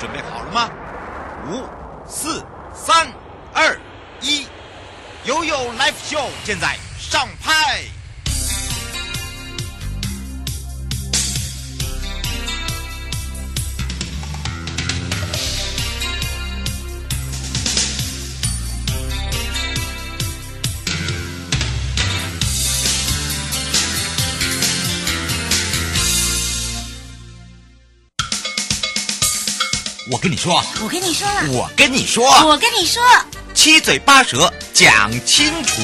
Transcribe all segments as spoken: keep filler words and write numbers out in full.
准备好了吗？五、四、三、二、一，悠悠 Live Show 现在上拍。我跟你说， 我跟你说了， 我跟你说， 我跟你说， 七嘴八舌讲清楚。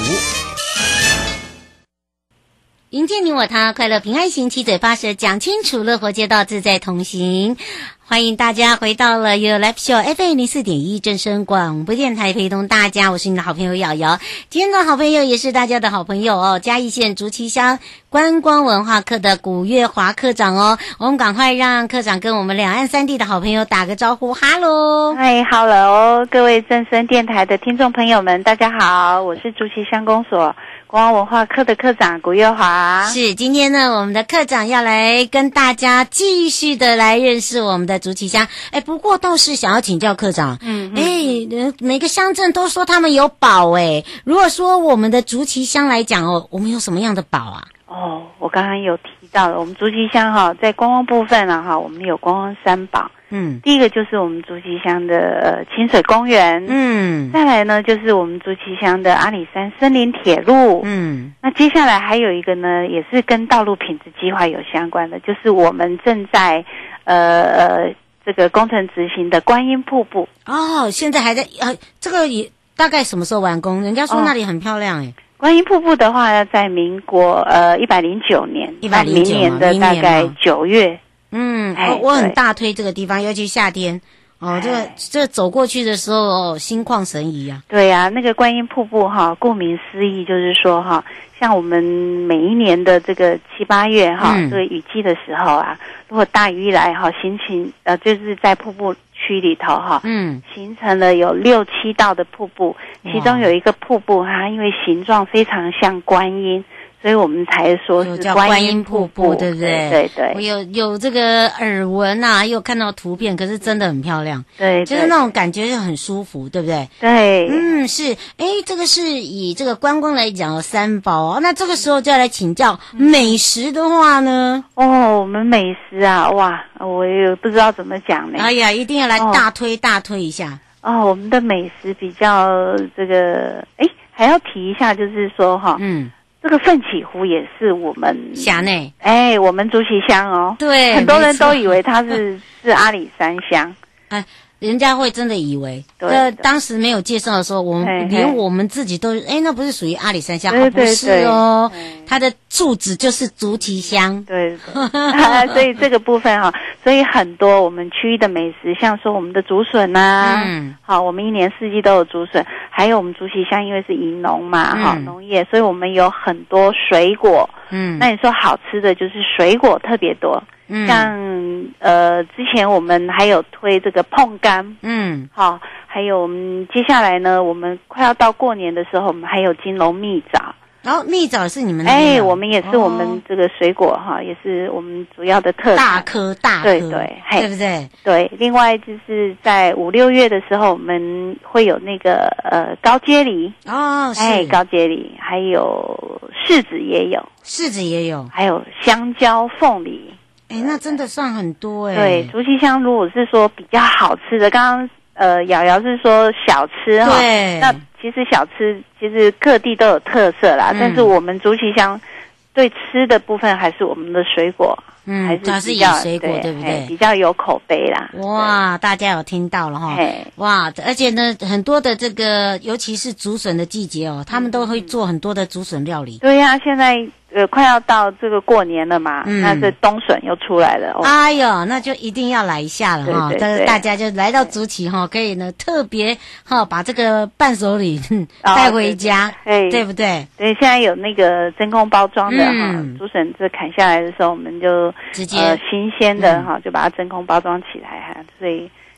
迎接你我他，快乐平安行，七嘴八舌讲清楚，乐活街道自在同行。欢迎大家回到了有 Live Show F M 零四点一正声广播电台，陪同大家，我是你的好朋友瑶瑶。今天的好朋友也是大家的好朋友哦，嘉义县竹崎乡观光文化科的古月华科长哦。我们赶快让科长跟我们两岸三地的好朋友打个招呼，哈喽， 嗨，哈喽，各位正声电台的听众朋友们，大家好，我是竹崎乡公所观光文化科的科长古月华。 是，今天呢，我们的科长要来跟大家继续的来认识我们的竹崎乡。哎，不过倒是想要请教科长，嗯，哎，每个乡镇都说他们有宝，哎，如果说我们的竹崎乡来讲哦，我们有什么样的宝啊？ 哦，我刚刚有提到了，我们竹崎乡哈，在观光部分啊哈，我们有观光三宝。嗯，第一个就是我们竹崎乡的呃清水公园，嗯，再来呢就是我们竹崎乡的阿里山森林铁路，嗯，那接下来还有一个呢，也是跟道路品质计划有相关的，就是我们正在呃呃这个工程执行的观音瀑布。 哦，现在还在呃，这个也大概什么时候完工？人家说那里很漂亮哎。哦， 观音瀑布的话，在民国呃一百零九年， 一百零九年的大概九月。 嗯，我我很大推这个地方，尤其夏天哦，这个这走过去的时候哦，心旷神怡啊。 对呀、啊，那个观音瀑布哈，顾名思义就是说哈，像我们每一年的这个七八月哈，嗯、这个雨季的时候啊，如果大雨一来哈，形成呃就是在瀑布区里头哈，嗯，形成了有六七道的瀑布，其中有一个瀑布它因为形状非常像观音。所以我们才说是叫观音瀑布，对不对？ 对对， 我有有这个耳闻啊，又看到图片，可是真的很漂亮， 对， 就是那种感觉就很舒服，对不对？ 对， 嗯，是，哎，这个是以这个观光来讲三宝哦，那这个时候就要来请教美食的话呢？ 哦，我们美食啊，哇，我也不知道怎么讲呢。 哎呀，一定要来大推、哦、大推一下哦，我们的美食比较这个，哎，还要提一下，就是说哈，嗯。这个奋起湖也是我们辖内， 哎，我们竹崎乡哦， 对， 很多人都以为它是是阿里山乡， 哎，人家会真的以为，呃，当时没有介绍的时候，我们嘿嘿连我们自己都，哎，那不是属于阿里山乡， 对对对， 不是哦，它的住址就是竹崎乡， 对，对所以这个部分哈、哦，所以很多我们区域的美食，像说我们的竹笋呐，嗯，好，我们一年四季都有竹笋，还有我们竹崎乡因为是宜农嘛，哈、嗯，农业，所以我们有很多水果，嗯，那你说好吃的就是水果特别多。嗯，像呃，之前我们还有推这个椪柑，嗯，好，还有我们接下来呢，我们快要到过年的时候，我们还有金龙蜜枣。 然后、哦、蜜枣是你们那边哎，我们也是我们这个水果哈、哦，也是我们主要的特产， 大颗大颗， 对对， 对不对？ 对。另外就是在五六月的时候，我们会有那个呃高阶梨哦，是哎高阶梨，还有柿子也有， 柿子也有， 还有香蕉、凤梨。 哎，那真的算很多哎。 对，竹崎乡如果是说比较好吃的，刚刚呃瑶瑶是说小吃哈， 对， 那其实小吃其实各地都有特色啦，嗯、但是我们竹崎乡对吃的部分还是我们的水果，嗯，还是它是以水果 对, 对不对？ 比较有口碑啦。 哇，大家有听到了哈？哇，而且呢，很多的这个，尤其是竹笋的季节哦，他们都会做很多的竹笋料理。 对呀、啊，现在。呃，快要到这个过年了嘛，嗯、那这冬笋又出来了。哦、 哎呦，那就一定要来一下了哈！但是大家就来到竹崎哈，可以呢特别哈把这个伴手礼带回家，哦、对, 对, 对不对？ 对，现在有那个真空包装的哈，嗯、竹笋这砍下来的时候，我们就直接呃新鲜的哈、嗯，就把它真空包装起来哈，所以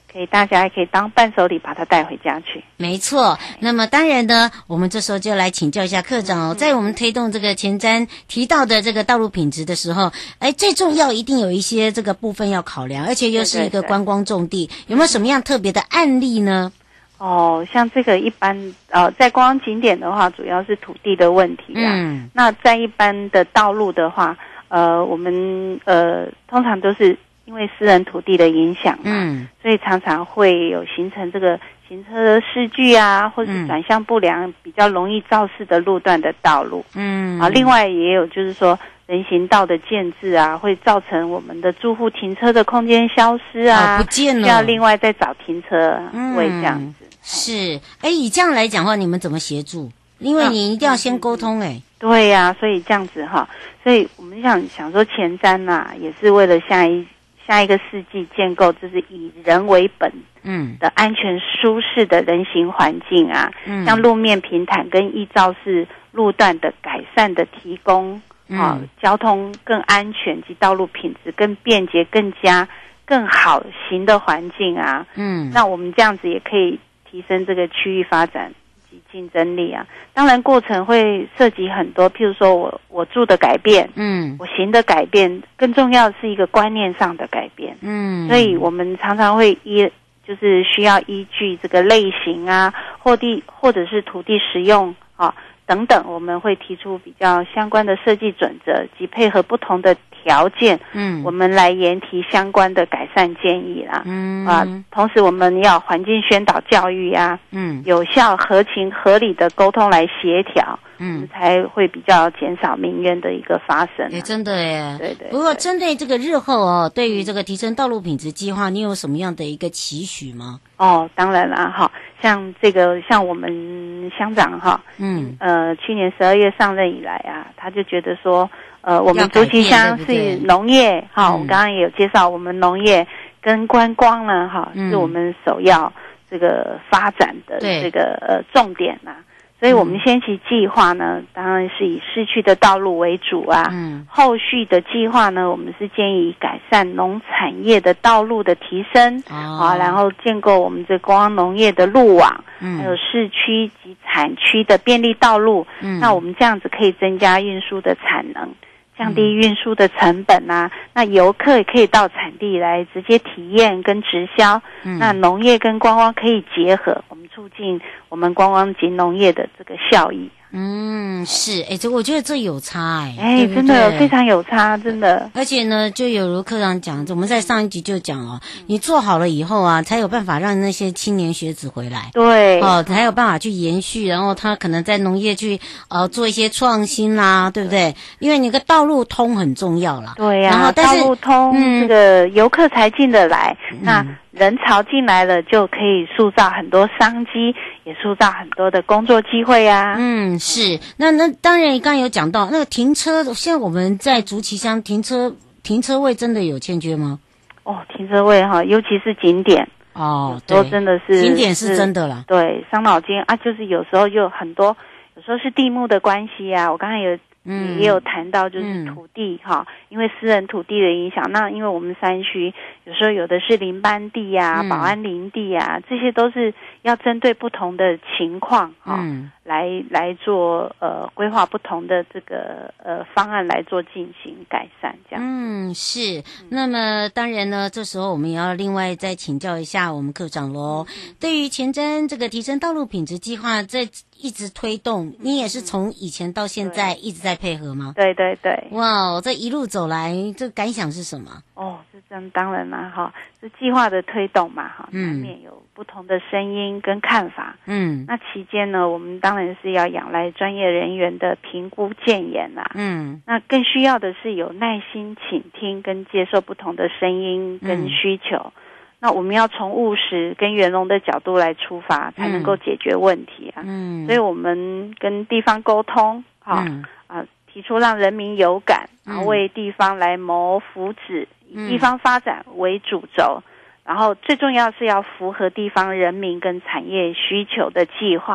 可以大家也可以当伴手礼把它带回家去。 没错，那么当然呢，我们这时候就来请教一下科长哦，在我们推动这个前瞻提到的这个道路品质的时候，哎，最重要一定有一些这个部分要考量，而且又是一个观光重地，对对对，有没有什么样特别的案例呢？ 哦，像这个一般呃，在观光景点的话，主要是土地的问题啊。嗯，那在一般的道路的话，呃，我们呃通常都是因为私人土地的影响嘛，嗯，所以常常会有形成这个行车视距啊，或是转向不良、嗯、比较容易肇事的路段的道路。嗯，啊，另外也有就是说人行道的建制啊，会造成我们的住户停车的空间消失啊， 哦、不见了， 要另外再找停车位这样子。嗯， 是，哎，以这样来讲的话，你们怎么协助？因为你一定要先沟通，哎、嗯。 对呀、啊，所以这样子哈，所以我们想想说前瞻呐、啊，也是为了下一下一个世纪建构，就是以人为本，嗯，的安全舒适的人行环境啊，嗯，像路面平坦跟易肇事路段的改善的提供，啊、嗯，交通更安全及道路品质更便捷、更加更好行的环境啊，嗯，那我们这样子也可以提升这个区域发展及竞争力啊。当然过程会涉及很多，譬如说我我住的改变，嗯，我行的改变，更重要的是一个观念上的改变，嗯，所以我们常常会依就是需要依据这个类型啊，或地或者是土地使用啊等等，我们会提出比较相关的设计准则及配合不同的条件，嗯，我们来研提相关的改善建议啦，嗯啊，同时我们要环境宣导教育啊，嗯，有效、合情、合理的沟通来协调，嗯，我们才会比较减少民怨的一个发生、啊。 哎，真的耶， 对 对, 对。 不过针对这个日后哦，对于这个提升道路品质计划，你有什么样的一个期许吗？ 哦，当然啦，哈，像这个像我们乡长哈，嗯，呃，去年十二月上任以来啊，他就觉得说。呃，我们竹崎乡是农业，哈、嗯，我刚刚也有介绍，我们农业跟观光呢，哈、嗯，是我们首要这个发展的这个呃重点呐、啊。所以我们先期计划呢，当然是以市区的道路为主啊。嗯。后续的计划呢，我们是建议改善农产业的道路的提升，哦、啊，然后建构我们这观光农业的路网，嗯，还有市区及产区的便利道路。嗯。那我们这样子可以增加运输的产能。降低运输的成本啊，那游客也可以到产地来直接体验跟直销，嗯，那农业跟观光可以结合，我们促进我们观光及农业的这个效益。 嗯，是，哎，这我觉得这有差，哎， 哎，真的非常有差，真的。 而且呢，就有如科长讲，我们在上一集就讲哦，你做好了以后啊，才有办法让那些青年学子回来， 对， 哦，才有办法去延续，然后他可能在农业去呃做一些创新啦，对不对？因为你个道路通很重要啦， 对呀、啊， 然后但是道路通，嗯，这个游客才进得来，嗯、那。人潮进来了，就可以塑造很多商机，也塑造很多的工作机会啊。 嗯，是。那那当然，刚刚有讲到那个停车，现在我们在竹崎乡停车停车位真的有欠缺吗？ 哦，停车位哈，尤其是景点哦， 都真的是景点是真的啦。 对，伤脑筋啊，就是有时候就很多，有时候是地目的关系啊。我刚才有。嗯，也有谈到就是土地哈、嗯，因为私人土地的影响，那因为我们山区有时候有的是林班地啊、嗯、保安林地啊，这些都是要针对不同的情况哈、嗯，来来做呃规划不同的这个呃方案来做进行改善这样。 嗯，是。那么当然呢，这时候我们也要另外再请教一下我们科长喽。嗯、对于前瞻这个提升道路品质计划在一直推动，你也是从以前到现在一直在配合吗？ 对对对。 哇，这一路走来，这感想是什么？ 哦，是这样，当然啦，哈，是计划的推动嘛，哈，难免有不同的声音跟看法。嗯，那期间呢，我们当然是要仰赖专业人员的评估建言啦。嗯，那更需要的是有耐心倾听跟接受不同的声音跟需求。嗯，那我们要从务实跟圆融的角度来出发，才能够解决问题啊。嗯，所以我们跟地方沟通，哈、嗯、啊，提出让人民有感，然后为地方来谋福祉，以地方发展为主轴，然后最重要是要符合地方人民跟产业需求的计划，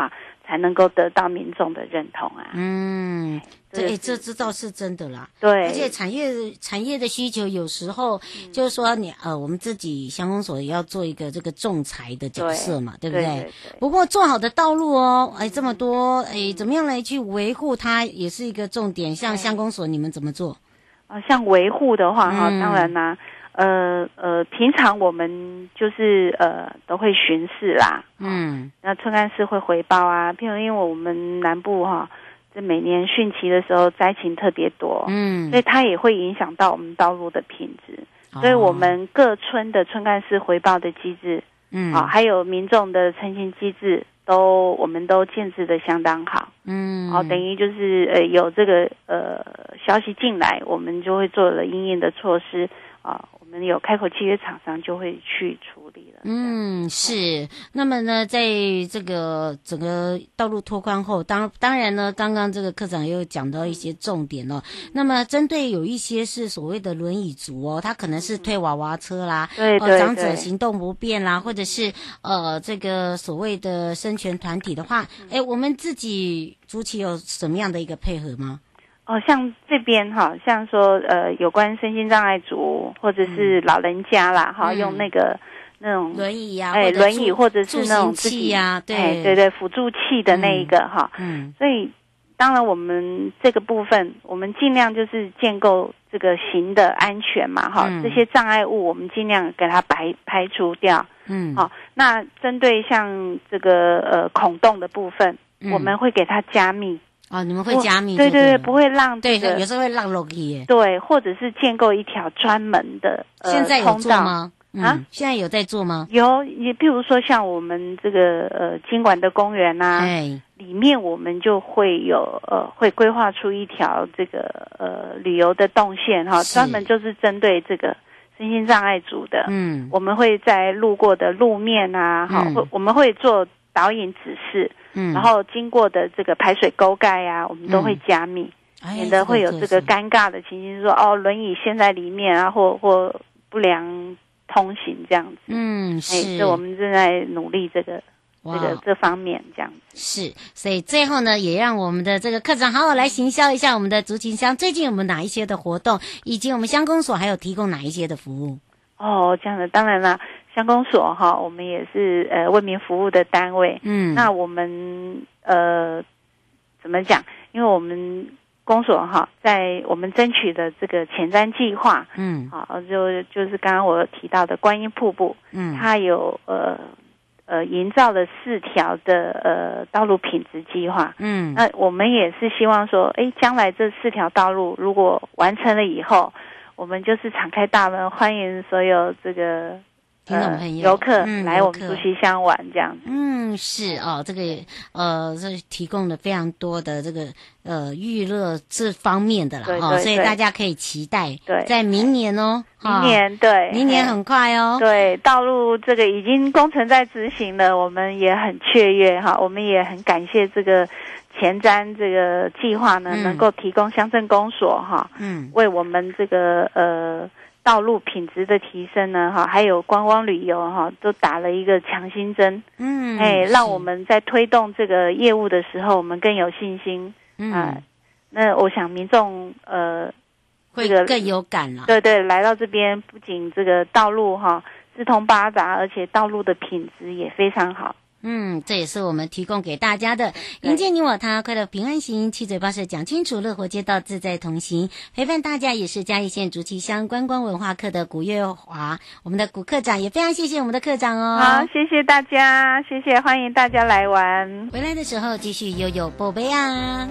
才能够得到民众的认同啊。 嗯，这哎，这这倒是真的啦。 对， 而且产业产业的需求有时候就是说你呃，我们自己乡公所也要做一个这个仲裁的角色嘛， 对, 对不对? 对, 对, 对。 不过做好的道路哦，哎，这么多，哎，怎么样来去维护它也是一个重点。像乡公所你们怎么做？ 啊，像维护的话哈， 嗯、 当然啦、啊。呃呃，平常我们就是呃都会巡视啦，嗯，那村干事会回报啊。譬如因为我们南部哈，这每年汛期的时候灾情特别多，嗯，所以它也会影响到我们道路的品质，哦、所以我们各村的村干事回报的机制，嗯，啊，还有民众的澄清机制，都我们都建制的相当好，嗯，哦，等于就是呃有这个呃消息进来，我们就会做了因应的措施啊。我们有开口契约厂商就会去处理了。 嗯，是。那么呢，在这个整个道路拓宽后，当当然呢，刚刚这个科长又讲到一些重点哦。嗯、那么针对有一些是所谓的轮椅族哦，他可能是推娃娃车啦， 对对对， 呃，长者行动不便啦，或者是呃这个所谓的身权团体的话，哎，我们自己主体有什么样的一个配合吗？ 哦，像这边哈，像说呃，有关身心障碍族或者是老人家啦，哈、嗯，用那个那种轮椅啊， 哎，轮椅或者是那种自己呀、啊，对、 哎、对对，辅助器的那一个哈，嗯，所以当然我们这个部分，我们尽量就是建构这个行的安全嘛，哈、嗯，这些障碍物我们尽量给它排排除掉，嗯，好，那针对像这个呃孔洞的部分，嗯、我们会给它加密。 哦，你们会加密？ 对对对，不会让、这个、对，有时候会让漏气。 对，或者是建构一条专门的呃现在有做吗？ 通道啊、 嗯，现在有在做吗？ 有，也譬如说像我们这个呃金管的公园啊，哎，里面我们就会有呃会规划出一条这个呃旅游的动线哈，专门就是针对这个身心障碍族的。嗯，我们会在路过的路面啊，好、嗯，我们会做导引指示。嗯，然后经过的这个排水沟盖啊，我们都会加密，嗯、免得会有这个尴尬的情形，说哦，轮椅陷在里面啊，或或不良通行这样子。嗯，是，所以我们正在努力这个这个这方面这样子。 是，所以最后呢，也让我们的这个科长好好来行销一下我们的竹崎乡最近有没有哪一些的活动，以及我们乡公所还有提供哪一些的服务。 哦，这样的，当然啦。乡公所哈，我们也是呃为民服务的单位。嗯，那我们呃怎么讲？因为我们公所哈，在我们争取的这个前瞻计划，嗯，好，就就是刚刚我提到的观音瀑布，嗯，它有呃呃营造了四条的呃道路品质计划。嗯，那我们也是希望说，哎，将来这四条道路如果完成了以后，我们就是敞开大门，欢迎所有这个。 听众朋友， 游、呃、客、嗯、来我们竹崎乡玩这样子。 嗯，是哦，这个呃，这提供了非常多的这个呃娱乐这方面的啦，哈、哦，所以大家可以期待，对，在明年哦， 明年对， 明年很快哦， 对，道路这个已经工程在执行了，我们也很雀跃哈，我们也很感谢这个前瞻这个计划呢，嗯、能够提供乡镇公所哈，嗯，为我们这个呃。道路品质的提升呢，哈，还有观光旅游哈，都打了一个强心针，嗯，哎，让我们在推动这个业务的时候，我们更有信心，嗯、呃，那我想民众呃， 会更有感了， 对对，来到这边不仅这个道路哈四通八达，而且道路的品质也非常好。 嗯，这也是我们提供给大家的迎接你我他，快乐平安行，七嘴八舌讲清楚，乐活街道自在同行，陪伴大家也是嘉义县竹崎乡观光文化课的古月华，我们的古科长也非常谢谢我们的科长哦。 好，谢谢大家，谢谢，欢迎大家来玩。 回来的时候继续悠悠宝贝啊。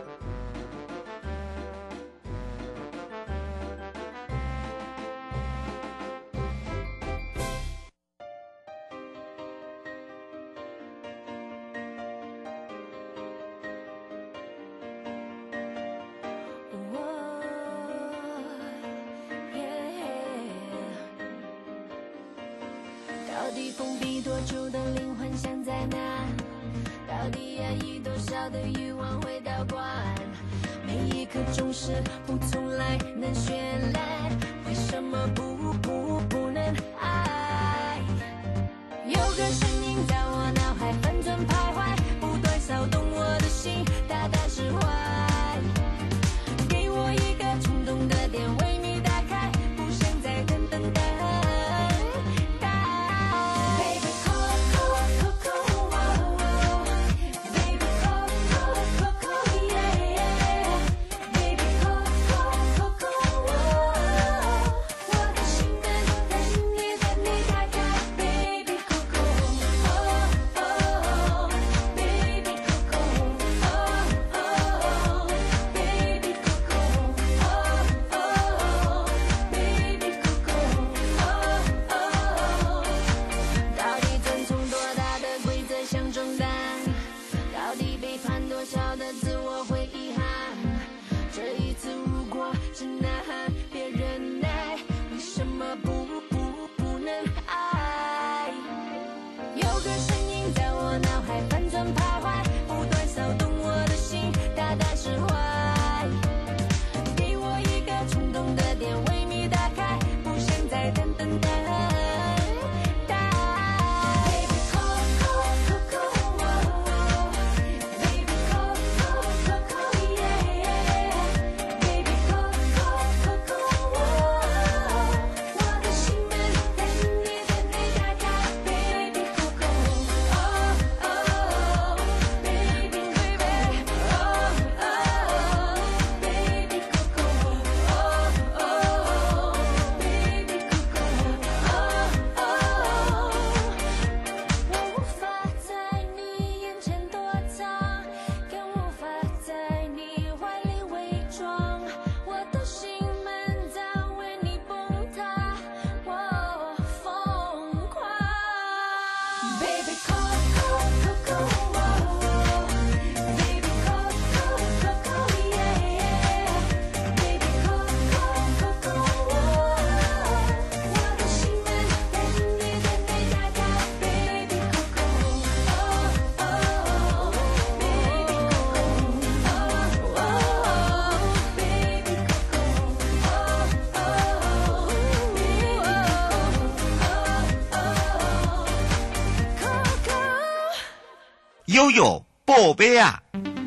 到底封闭多久的灵魂想在哪？到底压抑多少的欲望会倒灌？每一颗重视不从来能绚烂，为什么不不不能爱？有个声音在我脑海翻转徘徊，不对，少悠悠宝贝啊！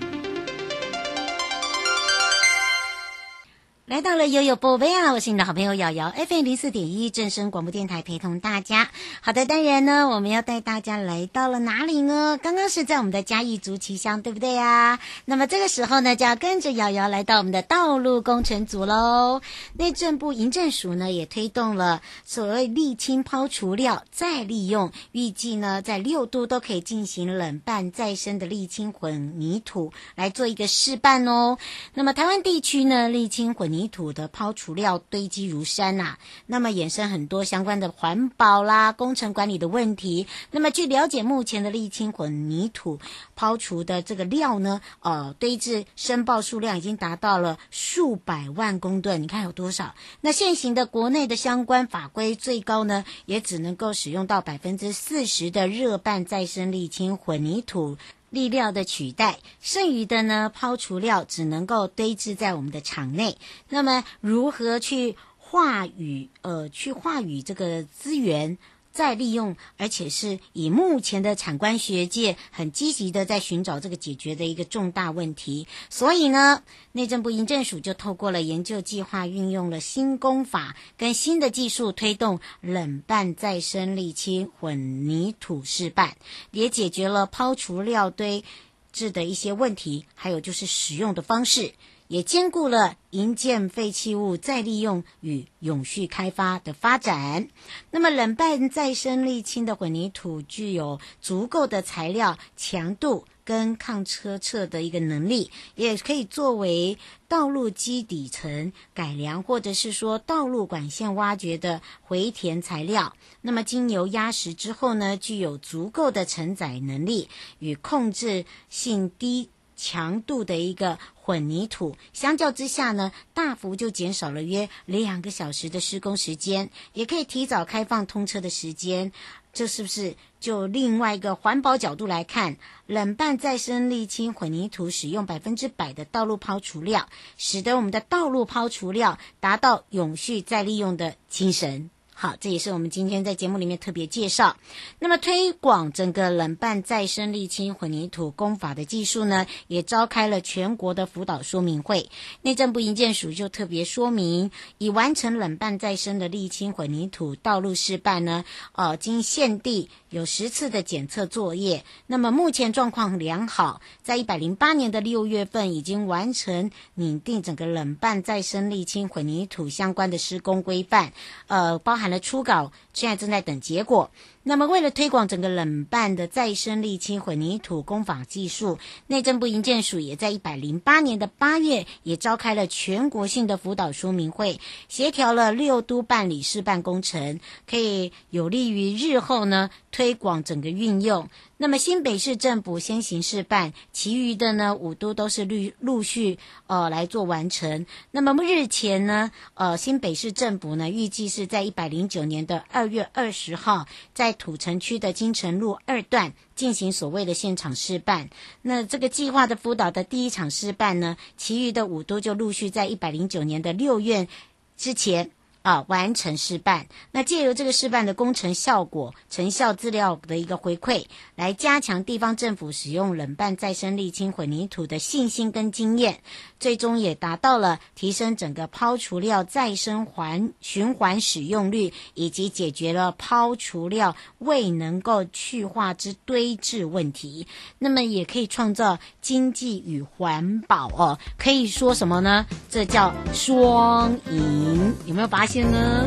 来到了悠悠宝贝啊，我是你的好朋友瑶瑶 F M 零四点一正声广播电台，陪同大家。好的，当然呢，我们要带大家来到了哪里呢？刚刚是在我们的嘉义竹崎乡，对不对啊？那么这个时候呢，就要跟着瑶瑶来到我们的道路工程组喽。内政部营政署呢，也推动了所谓沥青抛除料再利用，预计呢在六都都可以进行冷拌再生的沥青混凝土来做一个示范哦。那么台湾地区呢，沥青混凝土的抛除料堆积如山呐、啊，那么衍生很多相关的环保啦、工程管理的问题。那么据了解，目前的沥青混凝土抛除的这个料呢，呃，堆置申报数量已经达到了数百万公吨，你看有多少？那现行的国内的相关法规最高呢，也只能够使用到百分之四十的热拌再生沥青混凝土砾料的取代，剩余的呢抛除料只能够堆置在我们的场内。那么如何去化予呃去化予这个资源再利用，而且是以目前的产官学界很积极的在寻找这个解决的一个重大问题。所以呢，内政部营政署就透过了研究计划，运用了新工法跟新的技术，推动冷拌再生沥青混凝土示范，也解决了抛除料堆置的一些问题，还有就是使用的方式，也兼顾了营建废弃物再利用与永续开发的发展。那么冷拌再生沥青的混凝土具有足够的材料强度跟抗车侧的一个能力，也可以作为道路基底层改良或者是说道路管线挖掘的回填材料。那么经由压实之后呢，具有足够的承载能力与控制性低强度的一个混凝土，相较之下呢，大幅就减少了约两个小时的施工时间，也可以提早开放通车的时间。这是不是就另外一个环保角度来看，冷拌再生沥青混凝土使用百分之百的道路抛除料，使得我们的道路抛除料达到永续再利用的精神。好，这也是我们今天在节目里面特别介绍。那么推广整个冷拌再生沥青混凝土工法的技术呢，也召开了全国的辅导说明会。内政部营建署就特别说明，已完成冷拌再生的沥青混凝土道路示范呢，呃，经现地有十次的检测作业，那么目前状况良好，在一百零八年的六月份已经完成拟定整个冷拌再生沥青混凝土相关的施工规范，呃，包含了初稿，现在正在等结果。那么为了推广整个冷拌的再生沥青混凝土工法技术，内政部营建署也在一百零八年的八月也召开了全国性的辅导说明会，协调了六都办理示范工程，可以有利于日后呢推广整个运用。那么新北市政府先行示范，其余的呢五都都是陆陆续呃来做完成。那么日前呢，呃新北市政府呢预计是在一百零九年的二月二十号，在土城区的金城路二段进行所谓的现场示范。那这个计划的辅导的第一场示范呢，其余的五都就陆续在一百零九年的六月之前啊，完成示范。那借由这个示范的工程效果、成效资料的一个回馈，来加强地方政府使用冷拌再生沥青混凝土的信心跟经验，最终也达到了提升整个抛除料再生环循环使用率，以及解决了抛除料未能够去化之堆置问题。那么也可以创造经济与环保哦，可以说什么呢？这叫双赢，有没有发现呢？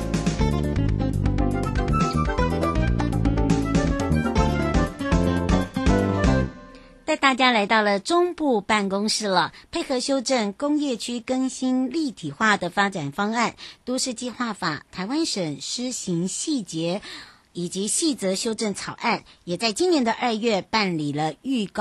带大家来到了中部办公室了，配合修正工业区更新立体化的发展方案、都市计划法台湾省施行细节以及细则修正草案，也在今年的二月办理了预告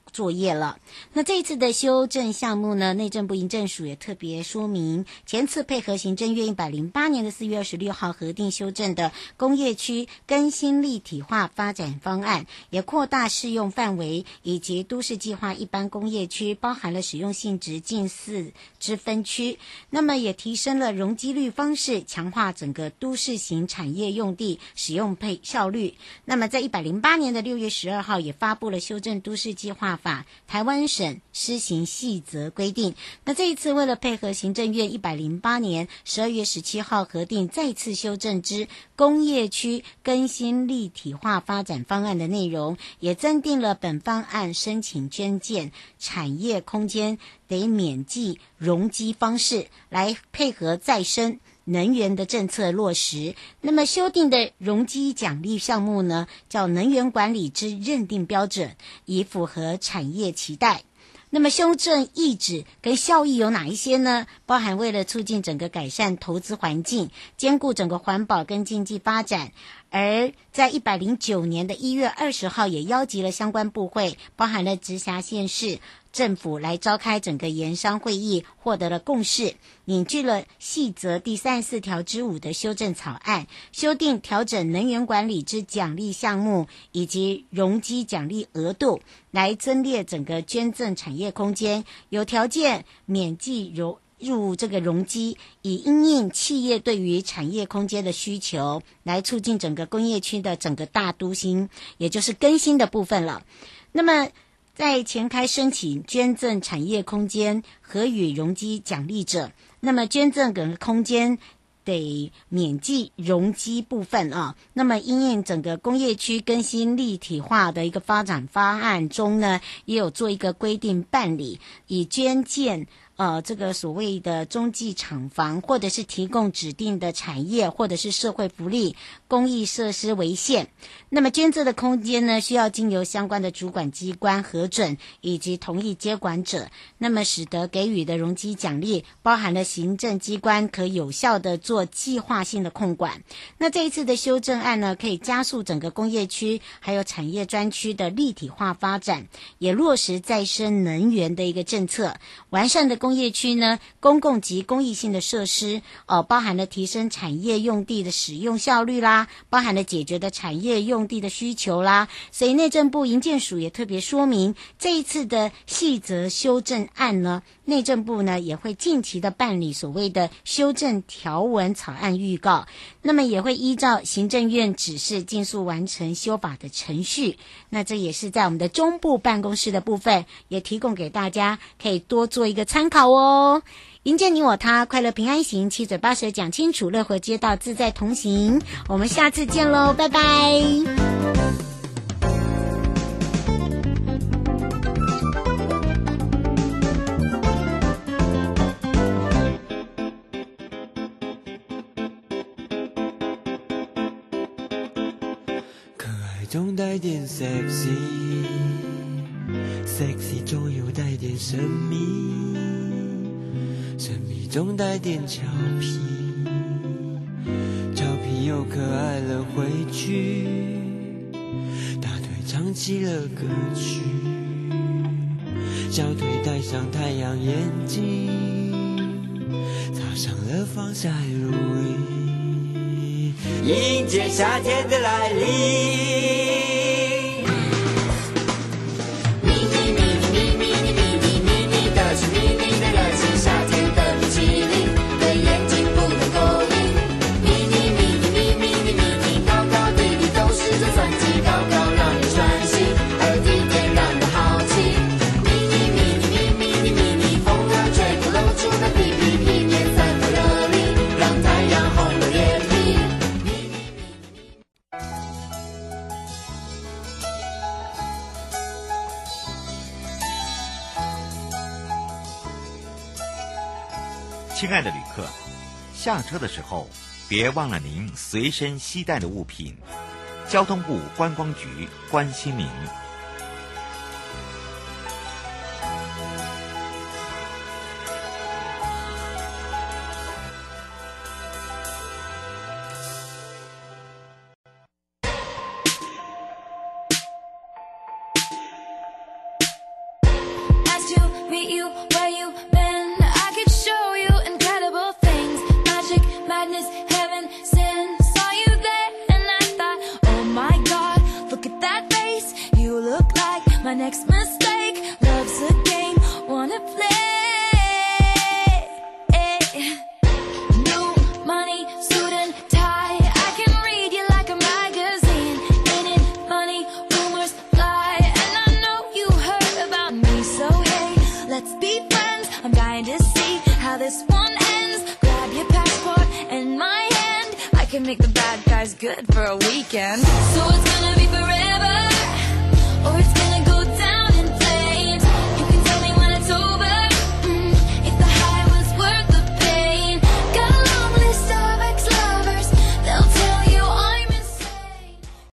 作业了。那这一次的修正项目呢，内政部营政署也特别说明，前次配合行政院一百零八年的四月二十六号核定修正的工业区更新立体化发展方案，也扩大适用范围，以及都市计划一般工业区包含了使用性质近似之分区，那么也提升了容积率方式，强化整个都市型产业用地使用配效率。那么在一百零八年的六月十二号也发布了修正都市计划法台湾省施行细则规定。那这一次为了配合行政院一百零八年十二月十七号核定再次修正之工业区更新立体化发展方案的内容，也增订了本方案申请捐建产业空间得免计容积方式，来配合再生能源的政策落实。那么修订的容积奖励项目呢，叫能源管理之认定标准，以符合产业期待。那么修正意旨跟效益有哪一些呢？包含为了促进整个改善投资环境，兼顾整个环保跟经济发展。而在一百零九年的一月二十号也邀集了相关部会，包含了直辖县市政府来召开整个研商会议，获得了共识，拟具了细则第三十四条之五的修正草案，修订调整能源管理之奖励项目以及容积奖励额度，来增列整个捐赠产业空间，有条件免计容入这个容积，以因应企业对于产业空间的需求，来促进整个工业区的整个大都心，也就是更新的部分了。那么在前开申请捐赠产业空间和与容积奖励者，那么捐赠整个空间得免计容积部分啊。那么因应整个工业区更新立体化的一个发展方案中呢，也有做一个规定办理，以捐建呃，这个所谓的中继厂房，或者是提供指定的产业，或者是社会福利、公益设施为限。那么捐赠的空间呢，需要经由相关的主管机关核准以及同意接管者，那么使得给予的容积奖励，包含了行政机关可有效的做计划性的控管。那这一次的修正案呢，可以加速整个工业区还有产业专区的立体化发展，也落实再生能源的一个政策，完善的工业区呢，公共及公益性的设施，呃，包含了提升产业用地的使用效率啦，包含了解决的产业用地的需求啦。所以内政部营建署也特别说明，这一次的细则修正案呢，内政部呢也会近期的办理所谓的修正条文草案预告，那么也会依照行政院指示尽速完成修法的程序。那这也是在我们的中部办公室的部分，也提供给大家可以多做一个参考哦。迎接你我他，快乐平安行，七嘴八舌讲清楚，乐活街道自在同行。我们下次见喽，拜拜。 可爱中带点 sexy， sexy 中又带点神秘，神秘中带点俏皮，俏皮又可爱了回去，大腿唱起了歌曲，小腿戴上太阳眼镜，擦上了防晒乳液，迎接夏天的来临。 亲爱的旅客，下车的时候别忘了您随身携带的物品。交通部观光局关心您。 next mistake. Love's a game, wanna play. New money, suit and tie. I can read you like a magazine. Ain't it funny? Rumors fly, and I know you heard about me. So hey, let's be friends. I'm dying to see how this one ends. Grab your passport and my hand. I can make the bad guys good for a weekend. So it's gonna be forever, or it's